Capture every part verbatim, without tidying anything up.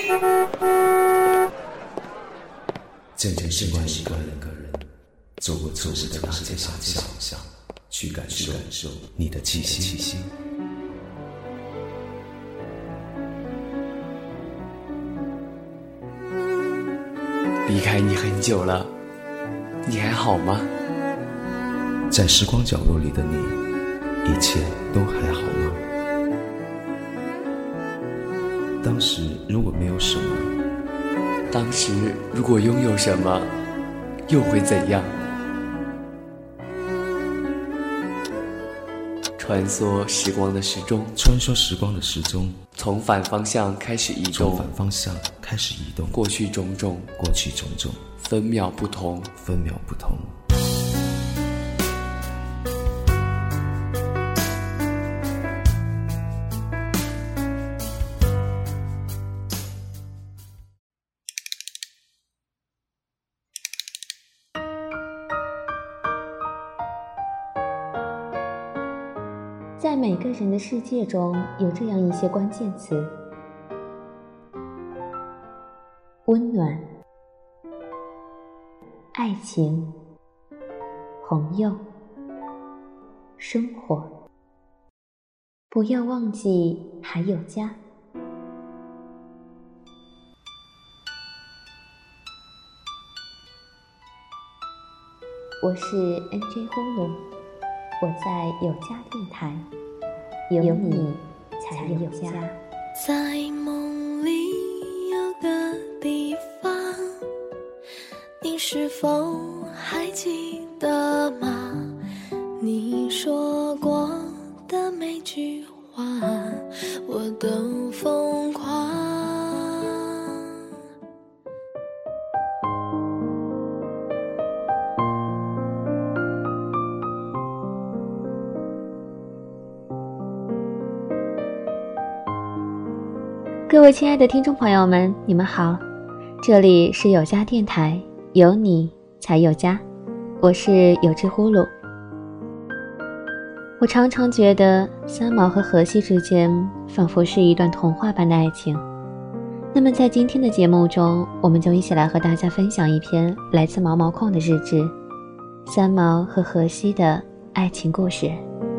渐渐习惯一个人走过城市的大街小巷，去感受你的气息。 离开你很久了，你还好吗？ 在时光角落里的你，一切都还好吗？当时如果没有什么， 当时如果拥有什么，又会怎样？穿梭时光的时钟， 穿梭时光的时钟， 从反方向开始移动， 从反方向开始移动， 过去种种， 过去种种， 分秒不同， 分秒不同。 在每个人的世界中有这样一些关键词：温暖、爱情、朋友、生活。不要忘记还有家。我是 N J 呼噜，我在有家电台，有你才有家。 在梦里有个地方，你是否还记得吗？你说过的每句话，我都疯狂。 各位亲爱的听众朋友们，你们好，这里是有家电台，有你才有家，我是有志呼噜。我常常觉得三毛和荷西之间仿佛是一段童话般的爱情。那么在今天的节目中，我们就一起来和大家分享一篇来自毛毛控的日志，三毛和荷西的爱情故事。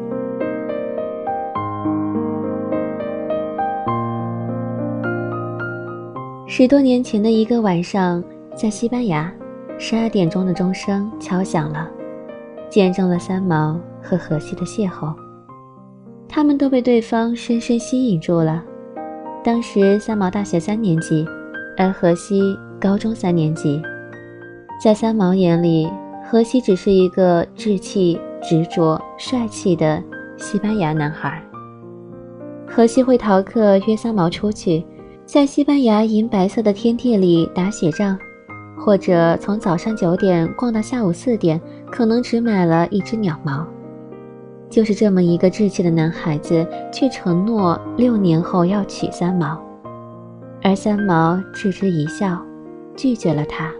十多年前的一个晚上，在西班牙，十二点钟的钟声敲响了，见证了三毛和荷西的邂逅。他们都被对方深深吸引住了。当时三毛大学三年级，而荷西高中三年级。在三毛眼里，荷西只是一个稚气、执着、帅气的西班牙男孩。荷西会逃课约三毛出去，在西班牙银白色的天地里打雪仗，或者从早上九点逛到下午四点，可能只买了一只鸟毛。就是这么一个稚气的男孩子，却承诺六年后要娶三毛，而三毛置之一笑，拒绝了他。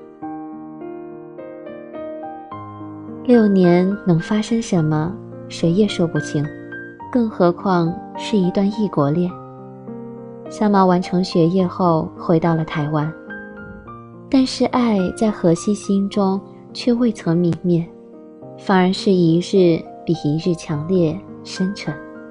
六年能发生什么，谁也说不清，更何况是一段异国恋。三毛完成学业后回到了台湾，但是爱在荷西心中却未曾泯灭，反而是一日比一日强烈深沉。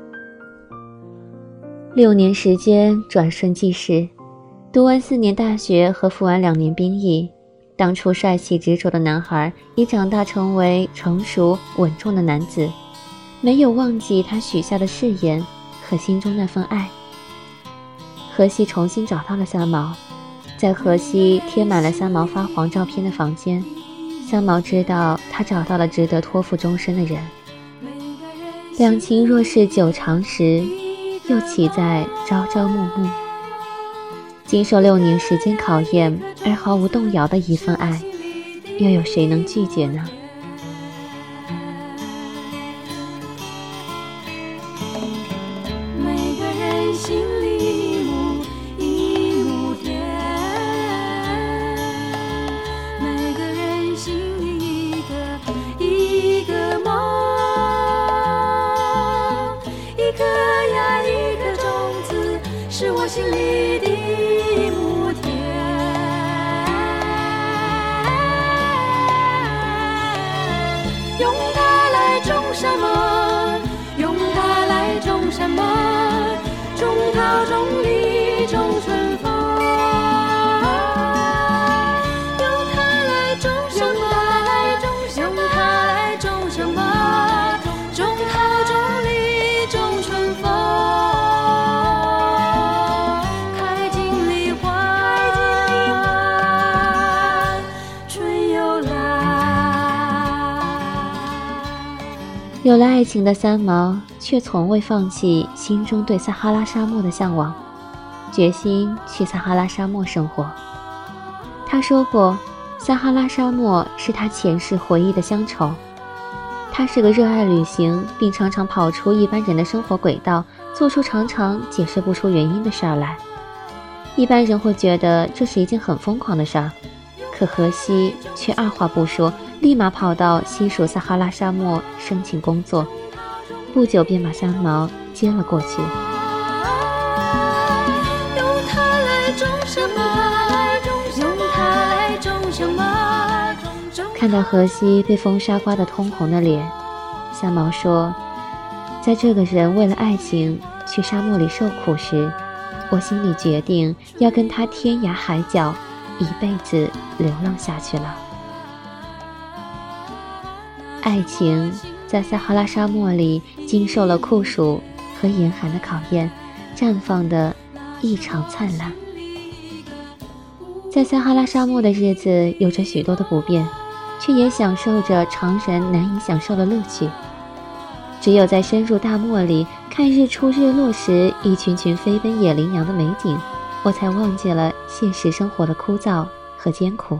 六年时间转瞬即逝，读完四年大学和服完两年兵役，当初帅气执着的男孩已长大成为成熟稳重的男子，没有忘记他许下的誓言和心中那份爱。荷西重新找到了三毛，在荷西贴满了三毛发黄照片的房间，三毛知道他找到了值得托付终身的人。两情若是久长时，又岂在朝朝暮暮。经受六年时间考验而毫无动摇的一份爱，又有谁能拒绝呢？ 每个人心里母一亩田，每个人心里一个一个梦，一颗呀一颗种子，是我心里的母。 中一种春风，用它来种什么？用它来种什么？种桃种李种春风，开尽梨花，春又来。 有了爱情的三毛，却从未放弃心中对撒哈拉沙漠的向往，决心去撒哈拉沙漠生活。他说过，撒哈拉沙漠是他前世回忆的乡愁。他是个热爱旅行，并常常跑出一般人的生活轨道，做出常常解释不出原因的事儿来。一般人会觉得这是一件很疯狂的事儿，可荷西却二话不说，立马跑到西属撒哈拉沙漠申请工作，不久便把三毛接了过去。 用它来种什么？用它来种什么？ 看到荷西被风沙刮得通红的脸，三毛说，在这个人为了爱情去沙漠里受苦时，我心里决定要跟他天涯海角，一辈子流浪下去了。爱情在撒哈拉沙漠里经受了酷暑和严寒的考验，绽放得异常灿烂。在撒哈拉沙漠的日子有着许多的不便，却也享受着常人难以享受的乐趣。只有在深入大漠里看日出日落时一群群飞奔野羚羊的美景，我才忘记了现实生活的枯燥和艰苦。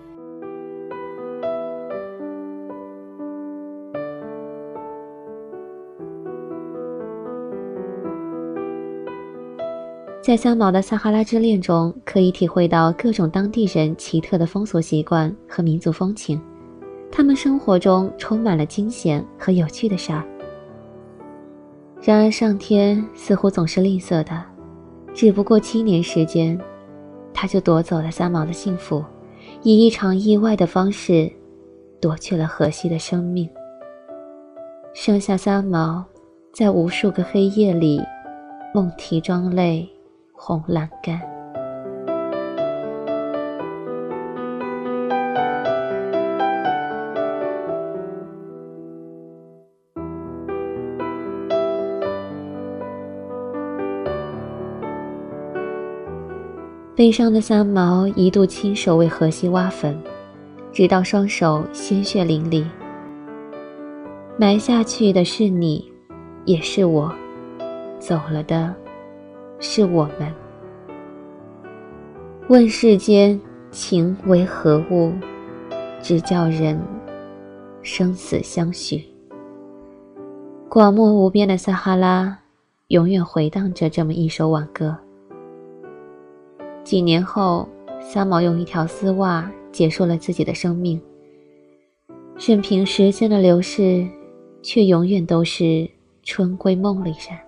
在三毛的撒哈拉之恋中，可以体会到各种当地人奇特的风俗习惯和民族风情，他们生活中充满了惊险和有趣的事儿。然而上天似乎总是吝啬的，只不过七年时间，他就夺走了三毛的幸福，以一场意外的方式夺去了荷西的生命，剩下三毛在无数个黑夜里梦啼妆泪红阑干。悲伤的三毛一度亲手为荷西挖坟，直到双手鲜血淋漓。埋下去的是你，也是我，走了的是我们。问世间情为何物，只叫人生死相许。广漠无边的撒哈拉，永远回荡着这么一首挽歌。几年后，三毛用一条丝袜结束了自己的生命，任凭时间的流逝，却永远都是春归梦里人。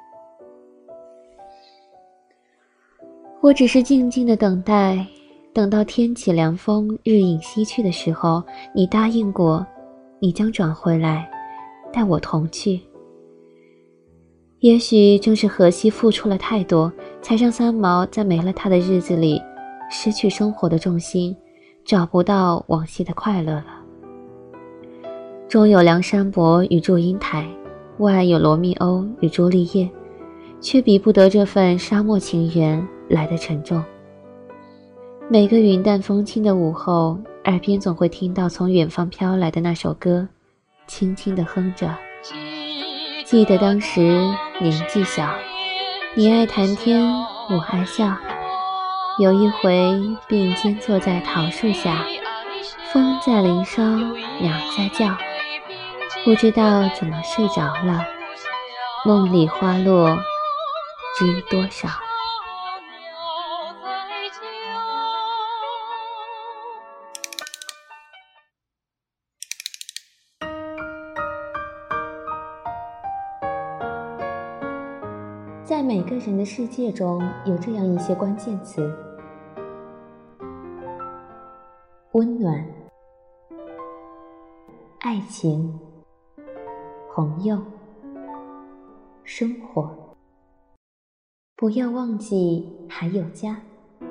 我只是静静的等待，等到天起凉风，日影西去的时候，你答应过，你将转回来，带我同去。也许正是荷西付出了太多，才让三毛在没了他的日子里失去生活的重心，找不到往昔的快乐了。中有梁山伯与祝英台，外有罗密欧与朱丽叶，却比不得这份沙漠情缘来得沉重。每个云淡风轻的午后，耳边总会听到从远方飘来的那首歌，轻轻地哼着。记得当时年纪小，你爱谈天，我爱笑，有一回并肩坐在桃树下，风在林梢，鸟在叫，不知道怎么睡着了，梦里花落知多少。在每个人的世界中，有这样一些关键词：温暖、爱情、朋友、生活。 不要忘记还有家。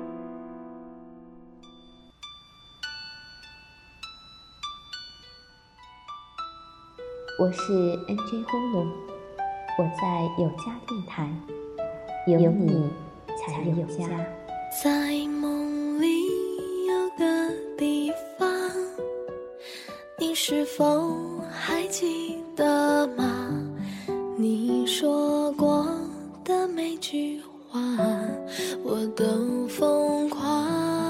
我是 N J 呼噜，我在有家电台，有你才有家。 在梦里有个地方，你是否还记得吗？你说过的每句话，我都疯狂。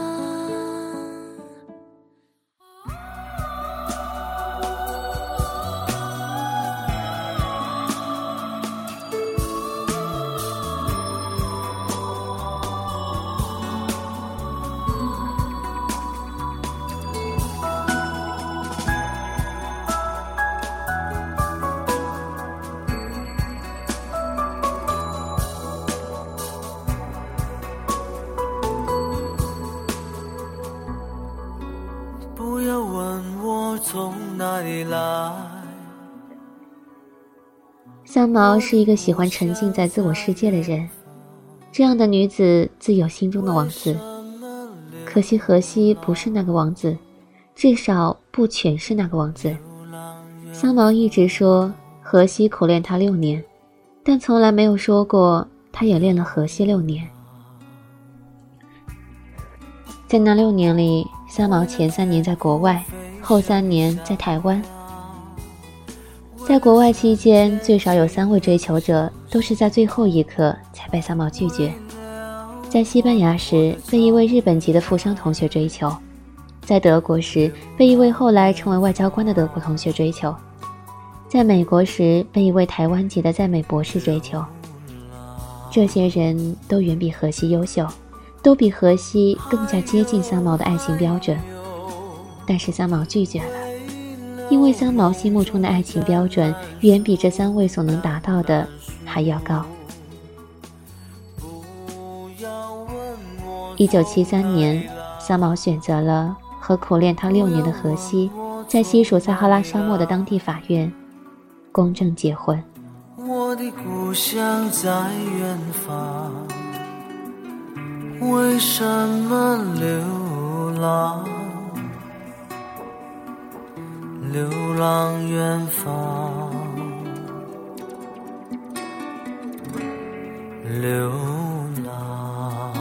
不要问我从哪里来。 三毛是一个喜欢沉浸在自我世界的人，这样的女子自有心中的王子。可惜荷西不是那个王子，至少不全是那个王子。三毛一直说荷西苦恋他六年，但从来没有说过他也恋了荷西六年。在那六年里，三毛前三年在国外，后三年在台湾。在国外期间，最少有三位追求者都是在最后一刻才被三毛拒绝。在西班牙时，被一位日本籍的富商同学追求；在德国时，被一位后来成为外交官的德国同学追求；在美国时，被一位台湾籍的在美博士追求。这些人都远比荷西优秀，都比荷西更加接近三毛的爱情标准，但是三毛拒绝了，因为三毛心目中的爱情标准远比这三位所能达到的还要高。一九七三年，三毛选择了和苦恋他六年的荷西，在西属撒哈拉沙漠的当地法院公证结婚。 我的故乡在远方，为什么流浪？流浪远方，流浪。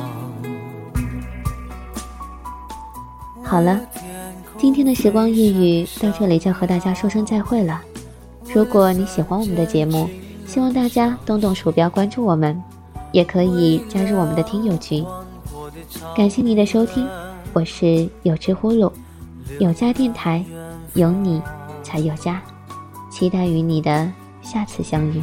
好了，今天的时光一语到这里就和大家说声再会了。如果你喜欢我们的节目，希望大家动动鼠标关注我们，也可以加入我们的听友群。感谢你的收听，我是有知呼噜，有家电台，有你才有家，期待与你的下次相遇。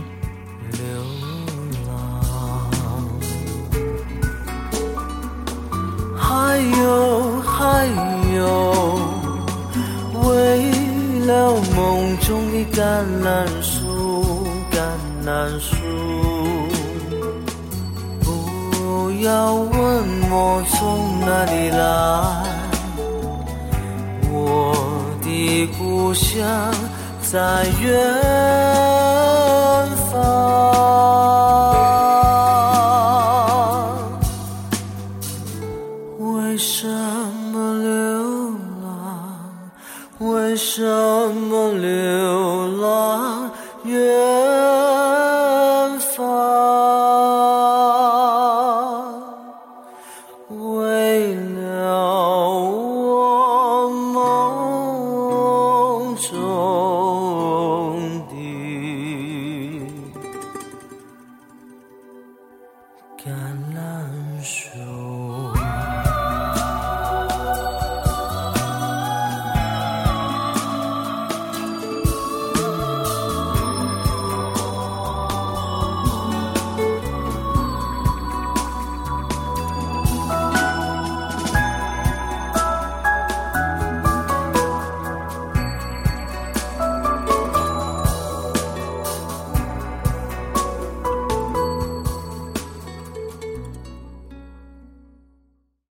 还有还有，为了梦中的橄榄树，橄榄树。不要问我从哪里来，我的故乡在远方。为什么流浪？为什么流浪远